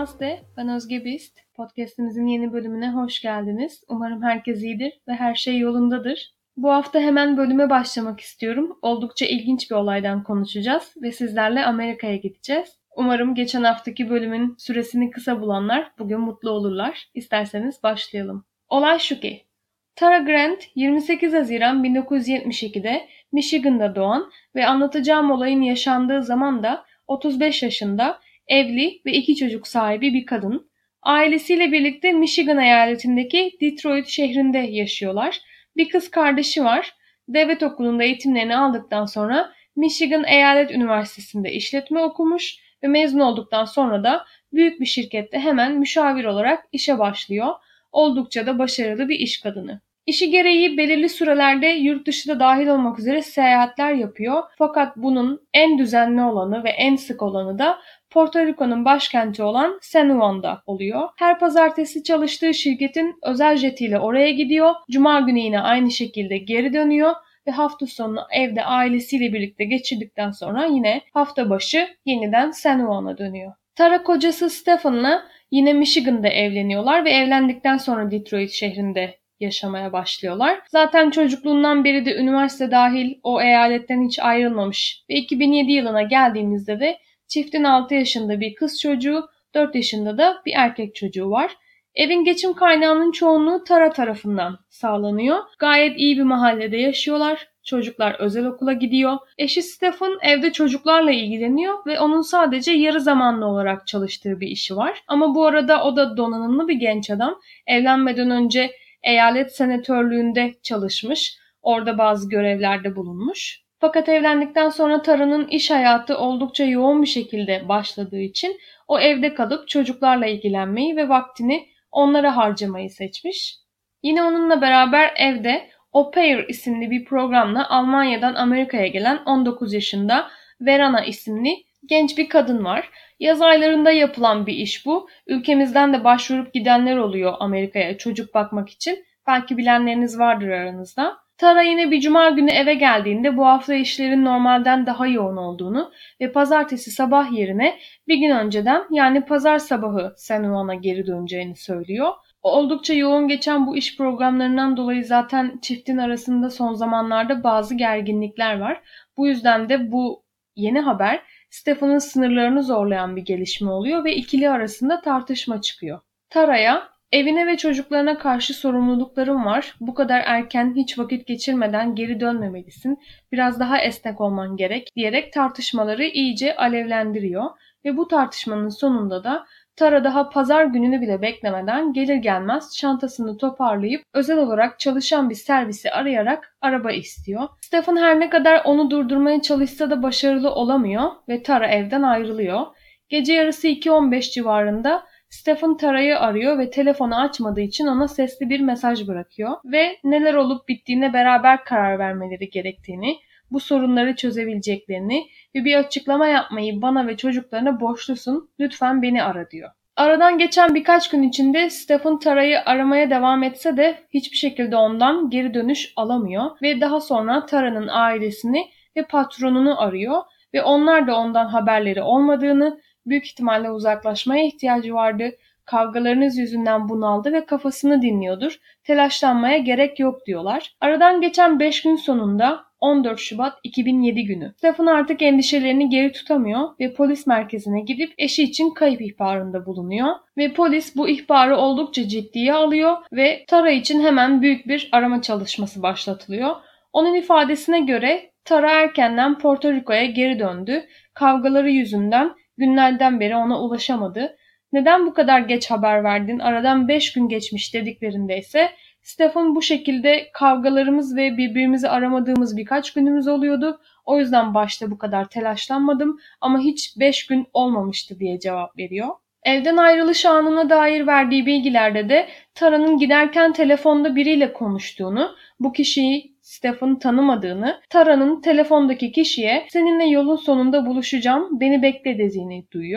Namaste, ben Özge Bist. Podcast'imizin yeni bölümüne hoş geldiniz. Umarım herkes iyidir ve her şey yolundadır. Bu hafta hemen bölüme başlamak istiyorum. Oldukça ilginç bir olaydan konuşacağız ve sizlerle Amerika'ya gideceğiz. Umarım geçen haftaki bölümün süresini kısa bulanlar bugün mutlu olurlar. İsterseniz başlayalım. Olay şu ki, Tara Grant 28 Haziran 1972'de Michigan'da doğan ve anlatacağım olayın yaşandığı zaman da 35 yaşında, evli ve 2 çocuk sahibi bir kadın. Ailesiyle birlikte Michigan eyaletindeki Detroit şehrinde yaşıyorlar. Bir kız kardeşi var. Devlet okulunda eğitimlerini aldıktan sonra Michigan Eyalet Üniversitesi'nde işletme okumuş ve mezun olduktan sonra da büyük bir şirkette hemen müşavir olarak işe başlıyor. Oldukça da başarılı bir iş kadını. İşi gereği belirli sürelerde yurt dışı da dahil olmak üzere seyahatler yapıyor. Fakat bunun en düzenli olanı ve en sık olanı da Porto Rico'nun başkenti olan San Juan'da oluyor. Her pazartesi çalıştığı şirketin özel jetiyle oraya gidiyor. Cuma günü yine aynı şekilde geri dönüyor ve hafta sonunu evde ailesiyle birlikte geçirdikten sonra yine hafta başı yeniden San Juan'a dönüyor. Tara kocası Stephen'la yine Michigan'da evleniyorlar ve evlendikten sonra Detroit şehrinde yaşamaya başlıyorlar. Zaten çocukluğundan beri de üniversite dahil o eyaletten hiç ayrılmamış ve 2007 yılına geldiğimizde de çiftin 6 yaşında bir kız çocuğu, 4 yaşında da bir erkek çocuğu var. Evin geçim kaynağının çoğunluğu Tara tarafından sağlanıyor. Gayet iyi bir mahallede yaşıyorlar. Çocuklar özel okula gidiyor. Eşi Stephen evde çocuklarla ilgileniyor ve onun sadece yarı zamanlı olarak çalıştığı bir işi var. Ama bu arada o da donanımlı bir genç adam. Evlenmeden önce eyalet senatörlüğünde çalışmış. Orada bazı görevlerde bulunmuş. Fakat evlendikten sonra Tara'nın iş hayatı oldukça yoğun bir şekilde başladığı için o evde kalıp çocuklarla ilgilenmeyi ve vaktini onlara harcamayı seçmiş. Yine onunla beraber evde Au Pair isimli bir programla Almanya'dan Amerika'ya gelen 19 yaşında Verana isimli genç bir kadın var. Yaz aylarında yapılan bir iş bu. Ülkemizden de başvurup gidenler oluyor Amerika'ya çocuk bakmak için. Belki bilenleriniz vardır aranızda. Tara yine bir cuma günü eve geldiğinde bu hafta işlerin normalden daha yoğun olduğunu ve pazartesi sabah yerine bir gün önceden yani pazar sabahı San Juan'a geri döneceğini söylüyor. Oldukça yoğun geçen bu iş programlarından dolayı zaten çiftin arasında son zamanlarda bazı gerginlikler var. Bu yüzden de bu yeni haber Stephen'ın sınırlarını zorlayan bir gelişme oluyor ve ikili arasında tartışma çıkıyor. Tara'ya evine ve çocuklarına karşı sorumluluklarım var. Bu kadar erken hiç vakit geçirmeden geri dönmemelisin. Biraz daha esnek olman gerek diyerek tartışmaları iyice alevlendiriyor. Ve bu tartışmanın sonunda da Tara daha pazar gününü bile beklemeden gelir gelmez çantasını toparlayıp özel olarak çalışan bir servisi arayarak araba istiyor. Stephen her ne kadar onu durdurmaya çalışsa da başarılı olamıyor ve Tara evden ayrılıyor. Gece yarısı 2:15 civarında Stephen Tara'yı arıyor ve telefonu açmadığı için ona sesli bir mesaj bırakıyor ve neler olup bittiğine beraber karar vermeleri gerektiğini, bu sorunları çözebileceklerini ve bir açıklama yapmayı bana ve çocuklarına borçlusun, lütfen beni ara diyor. Aradan geçen birkaç gün içinde Stephen Tara'yı aramaya devam etse de hiçbir şekilde ondan geri dönüş alamıyor ve daha sonra Tara'nın ailesini ve patronunu arıyor ve onlar da ondan haberleri olmadığını, büyük ihtimalle uzaklaşmaya ihtiyacı vardı, kavgalarınız yüzünden bunaldı ve kafasını dinliyordur, telaşlanmaya gerek yok diyorlar. Aradan geçen 5 gün sonunda 14 Şubat 2007 günü. Stephen artık endişelerini geri tutamıyor ve polis merkezine gidip eşi için kayıp ihbarında bulunuyor. Ve polis bu ihbarı oldukça ciddiye alıyor ve Tara için hemen büyük bir arama çalışması başlatılıyor. Onun ifadesine göre Tara erkenden Porto Rico'ya geri döndü. Kavgaları yüzünden günlerden beri ona ulaşamadı. Neden bu kadar geç haber verdin? Aradan 5 gün geçmiş dediklerinde ise Stephen bu şekilde kavgalarımız ve birbirimizi aramadığımız birkaç günümüz oluyordu. O yüzden başta bu kadar telaşlanmadım ama hiç 5 gün olmamıştı diye cevap veriyor. Evden ayrılış anına dair verdiği bilgilerde de Tara'nın giderken telefonda biriyle konuştuğunu, bu kişiyi Stephen tanımadığını, Tara'nın telefondaki kişiye seninle yolun sonunda buluşacağım, beni bekle dediğini duyuyor.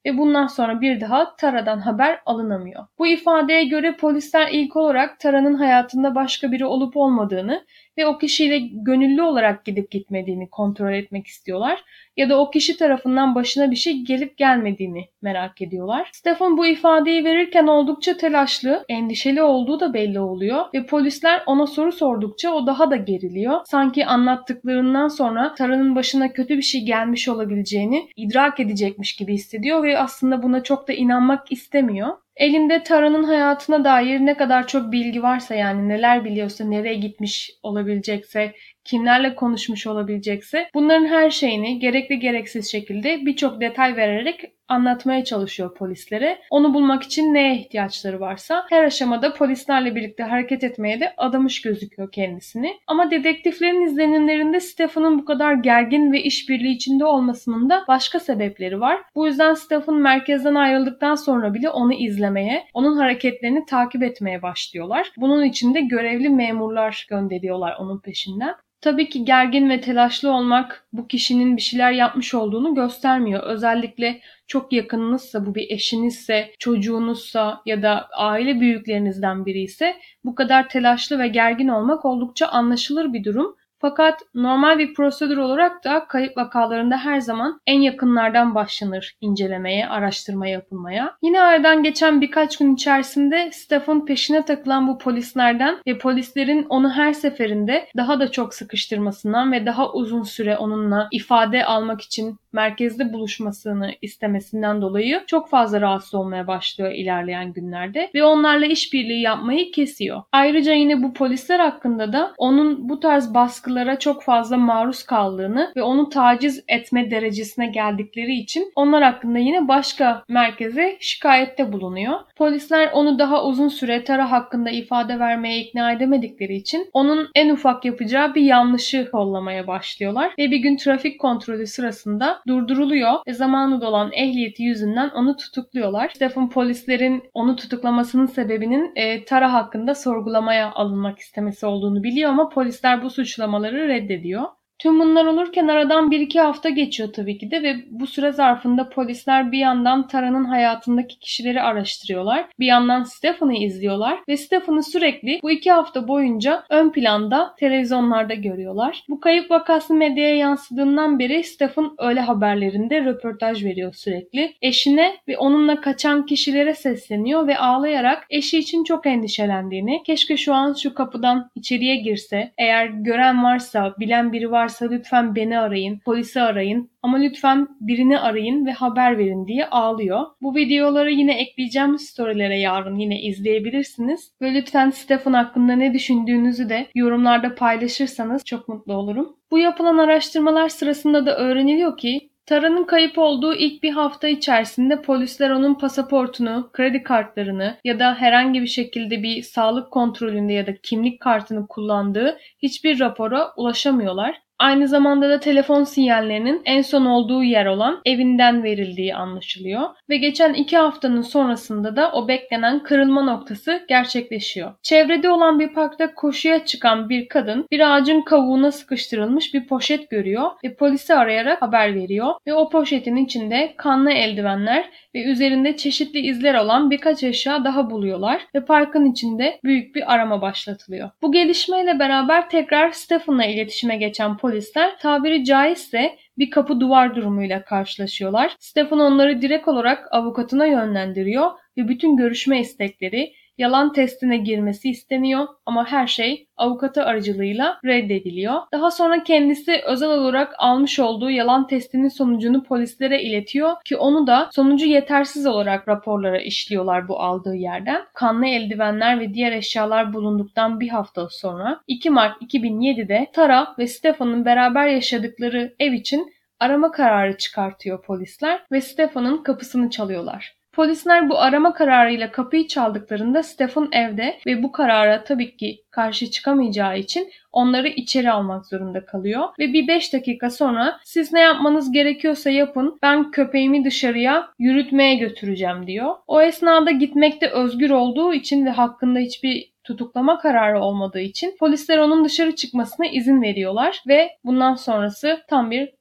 ve bundan sonra bir daha Tara'dan haber alınamıyor. Bu ifadeye göre polisler ilk olarak Tara'nın hayatında başka biri olup olmadığını ve o kişiyle gönüllü olarak gidip gitmediğini kontrol etmek istiyorlar ya da o kişi tarafından başına bir şey gelip gelmediğini merak ediyorlar. Stefan bu ifadeyi verirken oldukça telaşlı, endişeli olduğu da belli oluyor ve polisler ona soru sordukça o daha da geriliyor. Sanki anlattıklarından sonra Tara'nın başına kötü bir şey gelmiş olabileceğini idrak edecekmiş gibi hissediyor ve aslında buna çok da inanmak istemiyor. Elinde Tara'nın hayatına dair ne kadar çok bilgi varsa, yani neler biliyorsa, nereye gitmiş olabilecekse, kimlerle konuşmuş olabilecekse bunların her şeyini gerekli gereksiz şekilde birçok detay vererek anlatmaya çalışıyor polislere. Onu bulmak için neye ihtiyaçları varsa her aşamada polislerle birlikte hareket etmeye de adamış gözüküyor kendisini. Ama dedektiflerin izlenimlerinde Stefan'ın bu kadar gergin ve işbirliği içinde olmasının da başka sebepleri var. Bu yüzden Stefan merkezden ayrıldıktan sonra bile onu izlemeye, onun hareketlerini takip etmeye başlıyorlar. Bunun için de görevli memurlar gönderiyorlar onun peşinden. Tabii ki gergin ve telaşlı olmak bu kişinin bir şeyler yapmış olduğunu göstermiyor. Özellikle çok yakınınızsa, bu bir eşinizse, çocuğunuzsa ya da aile büyüklerinizden biri ise bu kadar telaşlı ve gergin olmak oldukça anlaşılır bir durum. Fakat normal bir prosedür olarak da kayıp vakalarında her zaman en yakınlardan başlanır incelemeye, araştırma yapılmaya. Yine aradan geçen birkaç gün içerisinde Stefan peşine takılan bu polislerden ve polislerin onu her seferinde daha da çok sıkıştırmasından ve daha uzun süre onunla ifade almak için merkezde buluşmasını istemesinden dolayı çok fazla rahatsız olmaya başlıyor ilerleyen günlerde ve onlarla işbirliği yapmayı kesiyor. Ayrıca yine bu polisler hakkında da onun bu tarz baskılara çok fazla maruz kaldığını ve onu taciz etme derecesine geldikleri için onlar hakkında yine başka merkeze şikayette bulunuyor. Polisler onu daha uzun süre Tara hakkında ifade vermeye ikna edemedikleri için onun en ufak yapacağı bir yanlışı kollamaya başlıyorlar ve bir gün trafik kontrolü sırasında durduruluyor ve zamanı dolan ehliyeti yüzünden onu tutukluyorlar. Stefan polislerin onu tutuklamasının sebebinin Tara hakkında sorgulamaya alınmak istemesi olduğunu biliyor ama polisler bu suçlamaları reddediyor. Tüm bunlar olurken aradan 1-2 hafta geçiyor tabii ki de ve bu süre zarfında polisler bir yandan Tara'nın hayatındaki kişileri araştırıyorlar. Bir yandan Stefan'ı izliyorlar ve Stefan'ı sürekli bu 2 hafta boyunca ön planda televizyonlarda görüyorlar. Bu kayıp vakası medyaya yansıdığından beri Stefan öğle haberlerinde röportaj veriyor sürekli. Eşine ve onunla kaçan kişilere sesleniyor ve ağlayarak eşi için çok endişelendiğini, keşke şu an şu kapıdan içeriye girse, eğer gören varsa, bilen biri varsa lütfen beni arayın, polisi arayın ama lütfen birini arayın ve haber verin diye ağlıyor. Bu videoları yine ekleyeceğim storylere yarın yine izleyebilirsiniz. Ve lütfen Stefan hakkında ne düşündüğünüzü de yorumlarda paylaşırsanız çok mutlu olurum. Bu yapılan araştırmalar sırasında da öğreniliyor ki Tara'nın kayıp olduğu ilk bir hafta içerisinde polisler onun pasaportunu, kredi kartlarını ya da herhangi bir şekilde bir sağlık kontrolünde ya da kimlik kartını kullandığı hiçbir rapora ulaşamıyorlar. Aynı zamanda da telefon sinyallerinin en son olduğu yer olan evinden verildiği anlaşılıyor. Ve geçen 2 haftanın sonrasında da o beklenen kırılma noktası gerçekleşiyor. Çevrede olan bir parkta koşuya çıkan bir kadın bir ağacın kavuğuna sıkıştırılmış bir poşet görüyor ve polisi arayarak haber veriyor. Ve o poşetin içinde kanlı eldivenler ve üzerinde çeşitli izler olan birkaç eşya daha buluyorlar ve parkın içinde büyük bir arama başlatılıyor. Bu gelişmeyle beraber tekrar Stefan'la iletişime geçen polisler tabiri caizse bir kapı duvar durumuyla karşılaşıyorlar. Stefan onları direkt olarak avukatına yönlendiriyor ve bütün görüşme istekleri, yalan testine girmesi isteniyor ama her şey avukatı aracılığıyla reddediliyor. Daha sonra kendisi özel olarak almış olduğu yalan testinin sonucunu polislere iletiyor ki onu da sonucu yetersiz olarak raporlara işliyorlar bu aldığı yerden. Kanlı eldivenler ve diğer eşyalar bulunduktan bir hafta sonra 2 Mart 2007'de Tara ve Stefan'ın beraber yaşadıkları ev için arama kararı çıkartıyor polisler ve Stefan'ın kapısını çalıyorlar. Polisler bu arama kararıyla kapıyı çaldıklarında Stefan evde ve bu karara tabii ki karşı çıkamayacağı için onları içeri almak zorunda kalıyor. Ve bir 5 dakika sonra siz ne yapmanız gerekiyorsa yapın, ben köpeğimi dışarıya yürütmeye götüreceğim diyor. O esnada gitmekte özgür olduğu için ve hakkında hiçbir tutuklama kararı olmadığı için polisler onun dışarı çıkmasına izin veriyorlar ve bundan sonrası tam bir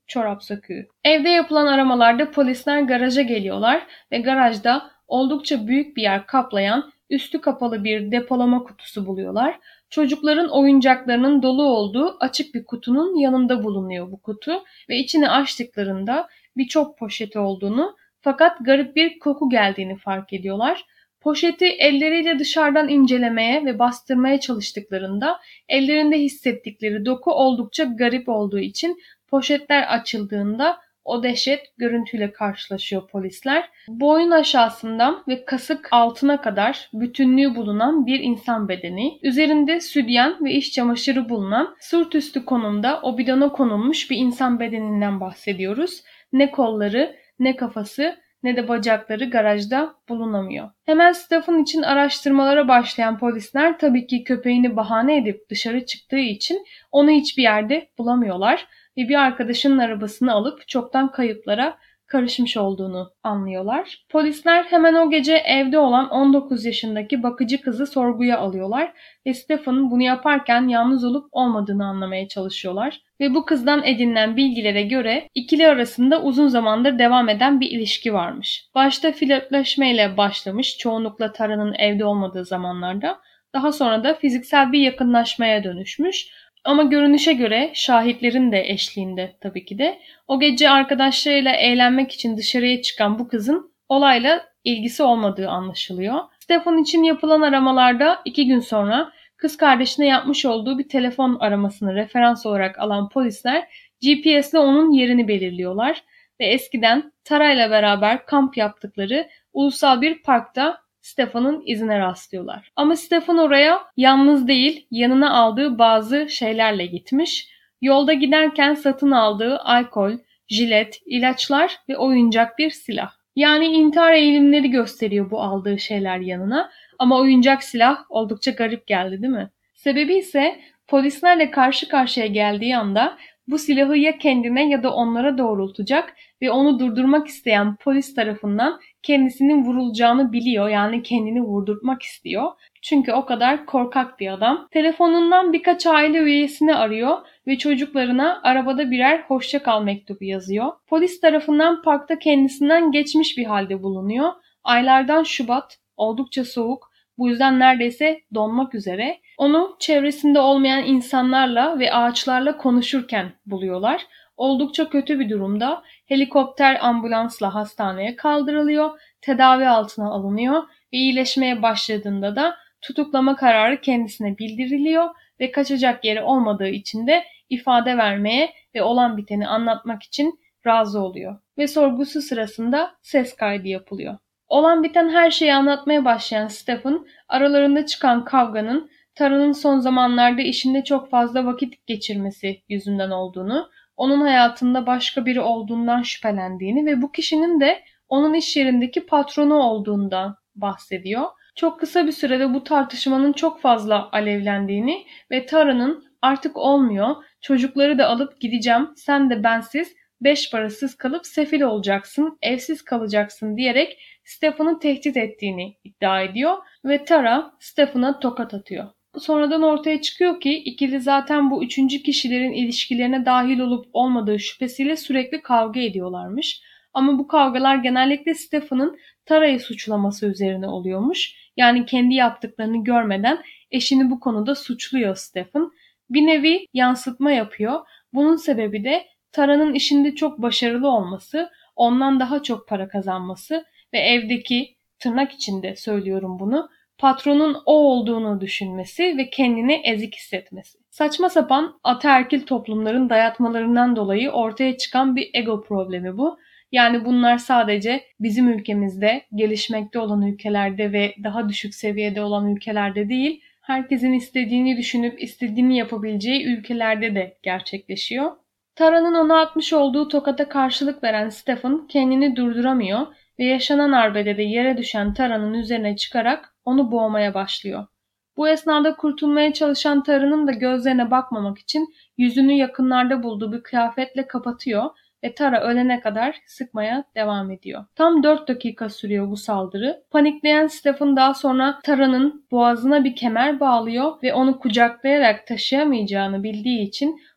çorap söküğü. Evde yapılan aramalarda polisler garaja geliyorlar ve garajda oldukça büyük bir yer kaplayan üstü kapalı bir depolama kutusu buluyorlar. Çocukların oyuncaklarının dolu olduğu açık bir kutunun yanında bulunuyor bu kutu ve içini açtıklarında bir çöp poşeti olduğunu fakat garip bir koku geldiğini fark ediyorlar. Poşeti elleriyle dışarıdan incelemeye ve bastırmaya çalıştıklarında ellerinde hissettikleri doku oldukça garip olduğu için poşetler açıldığında o dehşet görüntüyle karşılaşıyor polisler. Boyun aşağısından ve kasık altına kadar bütünlüğü bulunan bir insan bedeni, üzerinde sütyen ve iç çamaşırı bulunan sırt üstü konumda o bidona konulmuş bir insan bedeninden bahsediyoruz. Ne kolları, ne kafası, ne de bacakları garajda bulunamıyor. Hemen Stefan için araştırmalara başlayan polisler tabii ki köpeğini bahane edip dışarı çıktığı için onu hiçbir yerde bulamıyorlar ve bir arkadaşının arabasını alıp çoktan kayıplara karışmış olduğunu anlıyorlar. Polisler hemen o gece evde olan 19 yaşındaki bakıcı kızı sorguya alıyorlar ve Stefan'ın bunu yaparken yalnız olup olmadığını anlamaya çalışıyorlar. Ve bu kızdan edinilen bilgilere göre ikili arasında uzun zamandır devam eden bir ilişki varmış. Başta flörtleşmeyle başlamış, çoğunlukla Tara'nın evde olmadığı zamanlarda, daha sonra da fiziksel bir yakınlaşmaya dönüşmüş. Ama görünüşe göre şahitlerin de eşliğinde tabii ki de o gece arkadaşlarıyla eğlenmek için dışarıya çıkan bu kızın olayla ilgisi olmadığı anlaşılıyor. Stefan için yapılan aramalarda 2 gün sonra kız kardeşine yapmış olduğu bir telefon aramasını referans olarak alan polisler GPS'le onun yerini belirliyorlar ve eskiden Tara ile beraber kamp yaptıkları ulusal bir parkta Stefan'ın izine rastlıyorlar. Ama Stefan oraya yalnız değil, yanına aldığı bazı şeylerle gitmiş. Yolda giderken satın aldığı alkol, jilet, ilaçlar ve oyuncak bir silah. Yani intihar eğilimleri gösteriyor bu aldığı şeyler yanına. Ama oyuncak silah oldukça garip geldi, değil mi? Sebebi ise polislerle karşı karşıya geldiği anda bu silahı ya kendine ya da onlara doğrultacak ve onu durdurmak isteyen polis tarafından kendisinin vurulacağını biliyor. Yani kendini vurdurtmak istiyor. Çünkü o kadar korkak bir adam. Telefonundan birkaç aile üyesini arıyor ve çocuklarına arabada birer hoşça kal mektubu yazıyor. Polis tarafından parkta kendisinden geçmiş bir halde bulunuyor. Aylardan Şubat, oldukça soğuk. Bu yüzden neredeyse donmak üzere. Onu çevresinde olmayan insanlarla ve ağaçlarla konuşurken buluyorlar. Oldukça kötü bir durumda. Helikopter ambulansla hastaneye kaldırılıyor. Tedavi altına alınıyor ve iyileşmeye başladığında da tutuklama kararı kendisine bildiriliyor ve kaçacak yeri olmadığı için de ifade vermeye ve olan biteni anlatmak için razı oluyor. Ve sorgusu sırasında ses kaydı yapılıyor. Olan biten her şeyi anlatmaya başlayan Stefan, aralarında çıkan kavganın Tara'nın son zamanlarda işinde çok fazla vakit geçirmesi yüzünden olduğunu, onun hayatında başka biri olduğundan şüphelendiğini ve bu kişinin de onun iş yerindeki patronu olduğundan bahsediyor. Çok kısa bir sürede bu tartışmanın çok fazla alevlendiğini ve Tara'nın artık olmuyor, çocukları da alıp gideceğim, sen de bensiz, 5 parasız kalıp sefil olacaksın, evsiz kalacaksın diyerek Stefan'ı tehdit ettiğini iddia ediyor ve Tara Stefan'a tokat atıyor. Sonradan ortaya çıkıyor ki ikili zaten bu üçüncü kişilerin ilişkilerine dahil olup olmadığı şüphesiyle sürekli kavga ediyorlarmış. Ama bu kavgalar genellikle Stefan'ın Tara'yı suçlaması üzerine oluyormuş. Yani kendi yaptıklarını görmeden eşini bu konuda suçluyor Stefan. Bir nevi yansıtma yapıyor. Bunun sebebi de Tara'nın işinde çok başarılı olması, ondan daha çok para kazanması ve evdeki, tırnak içinde söylüyorum bunu, patronun o olduğunu düşünmesi ve kendini ezik hissetmesi. Saçma sapan ataerkil toplumların dayatmalarından dolayı ortaya çıkan bir ego problemi bu. Yani bunlar sadece bizim ülkemizde, gelişmekte olan ülkelerde ve daha düşük seviyede olan ülkelerde değil, herkesin istediğini düşünüp istediğini yapabileceği ülkelerde de gerçekleşiyor. Tara'nın ona atmış olduğu tokata karşılık veren Stefan kendini durduramıyor ve yaşanan arbedede yere düşen Tara'nın üzerine çıkarak onu boğmaya başlıyor. Bu esnada kurtulmaya çalışan Tara'nın da gözlerine bakmamak için yüzünü yakınlarda bulduğu bir kıyafetle kapatıyor ve Tara ölene kadar sıkmaya devam ediyor. Tam 4 dakika sürüyor bu saldırı. Panikleyen Stefan daha sonra Tara'nın boğazına bir kemer bağlıyor ve onu kucaklayarak taşıyamayacağını bildiği için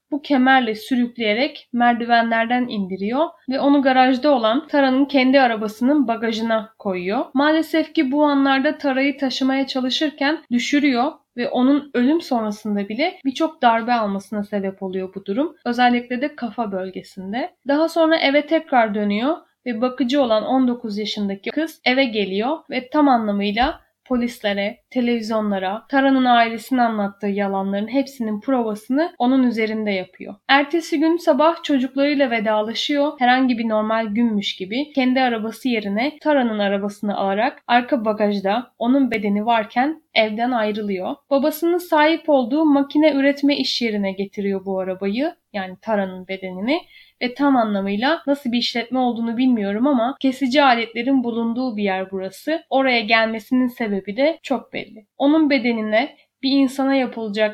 bu kemerle sürükleyerek merdivenlerden indiriyor ve onu garajda olan Tara'nın kendi arabasının bagajına koyuyor. Maalesef ki bu anlarda Tara'yı taşımaya çalışırken düşürüyor ve onun ölüm sonrasında bile birçok darbe almasına sebep oluyor bu durum. Özellikle de kafa bölgesinde. Daha sonra eve tekrar dönüyor ve bakıcı olan 19 yaşındaki kız eve geliyor ve tam anlamıyla polislere, televizyonlara, Tara'nın ailesine anlattığı yalanların hepsinin provasını onun üzerinde yapıyor. Ertesi gün sabah çocuklarıyla vedalaşıyor. Herhangi bir normal günmüş gibi kendi arabası yerine Tara'nın arabasını alarak arka bagajda onun bedeni varken evden ayrılıyor. Babasının sahip olduğu makine üretme iş yerine getiriyor bu arabayı, yani Tara'nın bedenini. Ve tam anlamıyla nasıl bir işletme olduğunu bilmiyorum ama kesici aletlerin bulunduğu bir yer burası. Oraya gelmesinin sebebi de çok belli. Onun bedenine bir insana yapılacak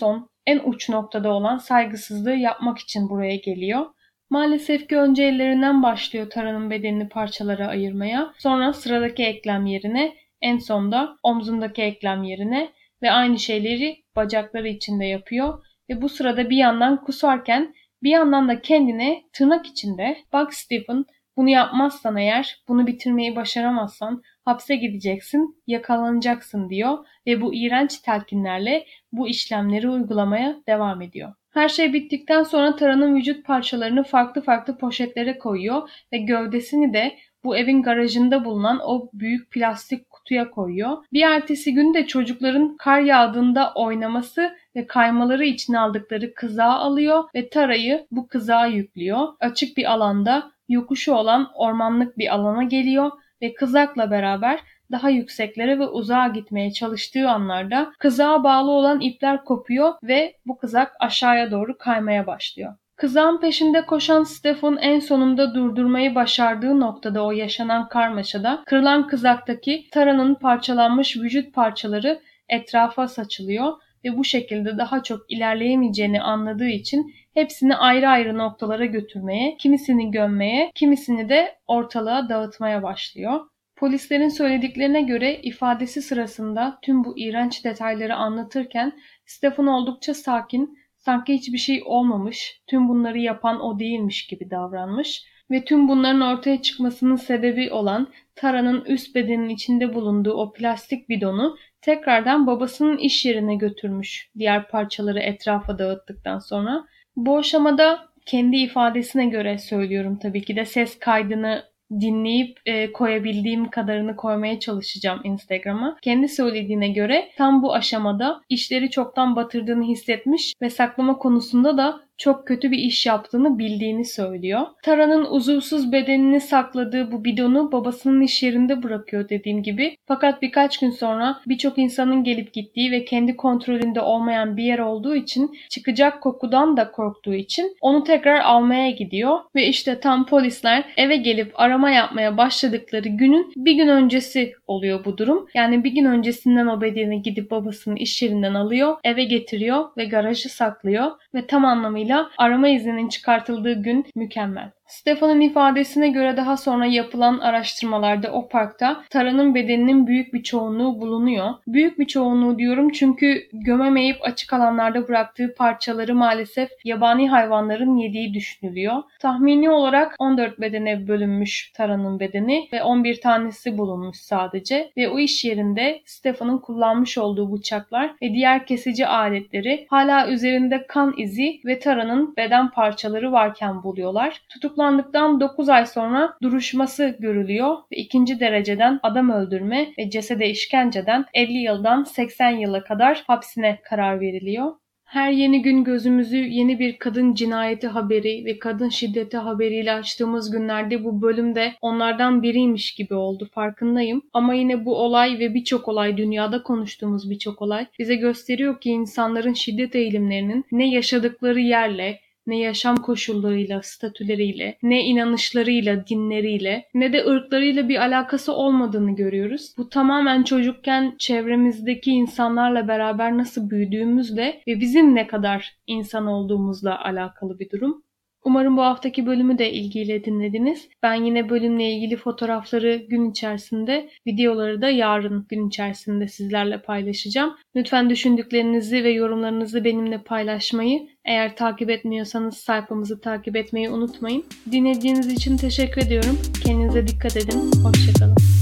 en uç noktada olan saygısızlığı yapmak için buraya geliyor. Maalesef ki önce ellerinden başlıyor Tara'nın bedenini parçalara ayırmaya. Sonra sıradaki eklem yerine, en sonda omzundaki eklem yerine ve aynı şeyleri bacakları içinde yapıyor. Ve bu sırada bir yandan kusarken bir yandan da kendine tırnak içinde "Bak Stephen, bunu yapmazsan eğer, bunu bitirmeyi başaramazsan hapse gideceksin, yakalanacaksın" diyor ve bu iğrenç telkinlerle bu işlemleri uygulamaya devam ediyor. Her şey bittikten sonra Tara'nın vücut parçalarını farklı farklı poşetlere koyuyor ve gövdesini de bu evin garajında bulunan o büyük plastik kutuya koyuyor. Bir ertesi gün de çocukların kar yağdığında oynaması ve kaymaları için aldıkları kızağı alıyor ve Tara'yı bu kızağa yüklüyor. Açık bir alanda, yokuşu olan ormanlık bir alana geliyor ve kızakla beraber daha yükseklere ve uzağa gitmeye çalıştığı anlarda kızağa bağlı olan ipler kopuyor ve bu kızak aşağıya doğru kaymaya başlıyor. Kızağın peşinde koşan Stephen en sonunda durdurmayı başardığı noktada o yaşanan karmaşada kırılan kızaktaki Tara'nın parçalanmış vücut parçaları etrafa saçılıyor ve bu şekilde daha çok ilerleyemeyeceğini anladığı için hepsini ayrı ayrı noktalara götürmeye, kimisini gömmeye, kimisini de ortalığa dağıtmaya başlıyor. Polislerin söylediklerine göre ifadesi sırasında tüm bu iğrenç detayları anlatırken Stephen oldukça sakin, sanki hiçbir şey olmamış, tüm bunları yapan o değilmiş gibi davranmış ve tüm bunların ortaya çıkmasının sebebi olan Tara'nın üst bedeninin içinde bulunduğu o plastik bidonu tekrardan babasının iş yerine götürmüş diğer parçaları etrafa dağıttıktan sonra. Bu aşamada kendi ifadesine göre söylüyorum, tabii ki de ses kaydını dinleyip koyabildiğim kadarını koymaya çalışacağım Instagram'a. Kendi söylediğine göre tam bu aşamada işleri çoktan batırdığını hissetmiş ve saklama konusunda da çok kötü bir iş yaptığını bildiğini söylüyor. Tara'nın uzursuz bedenini sakladığı bu bidonu babasının iş yerinde bırakıyor dediğim gibi. Fakat birkaç gün sonra birçok insanın gelip gittiği ve kendi kontrolünde olmayan bir yer olduğu için, çıkacak kokudan da korktuğu için onu tekrar almaya gidiyor. Ve işte tam polisler eve gelip arama yapmaya başladıkları günün bir gün öncesi oluyor bu durum. Yani bir gün öncesinden o bedeni gidip babasının iş yerinden alıyor, eve getiriyor ve garajı saklıyor ve tam anlamıyla arama izninin çıkartıldığı gün mükemmel. Stephen'ın ifadesine göre daha sonra yapılan araştırmalarda o parkta Tara'nın bedeninin büyük bir çoğunluğu bulunuyor. Büyük bir çoğunluğu diyorum çünkü gömemeyip açık alanlarda bıraktığı parçaları maalesef yabani hayvanların yediği düşünülüyor. Tahmini olarak 14 bedene bölünmüş Tara'nın bedeni ve 11 tanesi bulunmuş sadece ve o iş yerinde Stephen'ın kullanmış olduğu bıçaklar ve diğer kesici aletleri hala üzerinde kan izi ve Tara'nın beden parçaları varken buluyorlar. Tutuklandıktan 9 ay sonra duruşması görülüyor ve 2. dereceden adam öldürme ve cesede işkenceden 50 yıldan 80 yıla kadar hapsine karar veriliyor. Her yeni gün gözümüzü yeni bir kadın cinayeti haberi ve kadın şiddeti haberiyle açtığımız günlerde bu bölümde onlardan biriymiş gibi oldu, farkındayım. Ama yine bu olay ve birçok olay, dünyada konuştuğumuz birçok olay bize gösteriyor ki insanların şiddet eğilimlerinin ne yaşadıkları yerle, ne yaşam koşullarıyla, statüleriyle, ne inanışlarıyla, dinleriyle, ne de ırklarıyla bir alakası olmadığını görüyoruz. Bu tamamen çocukken çevremizdeki insanlarla beraber nasıl büyüdüğümüzle ve bizim ne kadar insan olduğumuzla alakalı bir durum. Umarım bu haftaki bölümü de ilgiyle dinlediniz. Ben yine bölümle ilgili fotoğrafları gün içerisinde, videoları da yarın gün içerisinde sizlerle paylaşacağım. Lütfen düşündüklerinizi ve yorumlarınızı benimle paylaşmayı, eğer takip etmiyorsanız sayfamızı takip etmeyi unutmayın. Dinlediğiniz için teşekkür ediyorum. Kendinize dikkat edin. Hoşça kalın.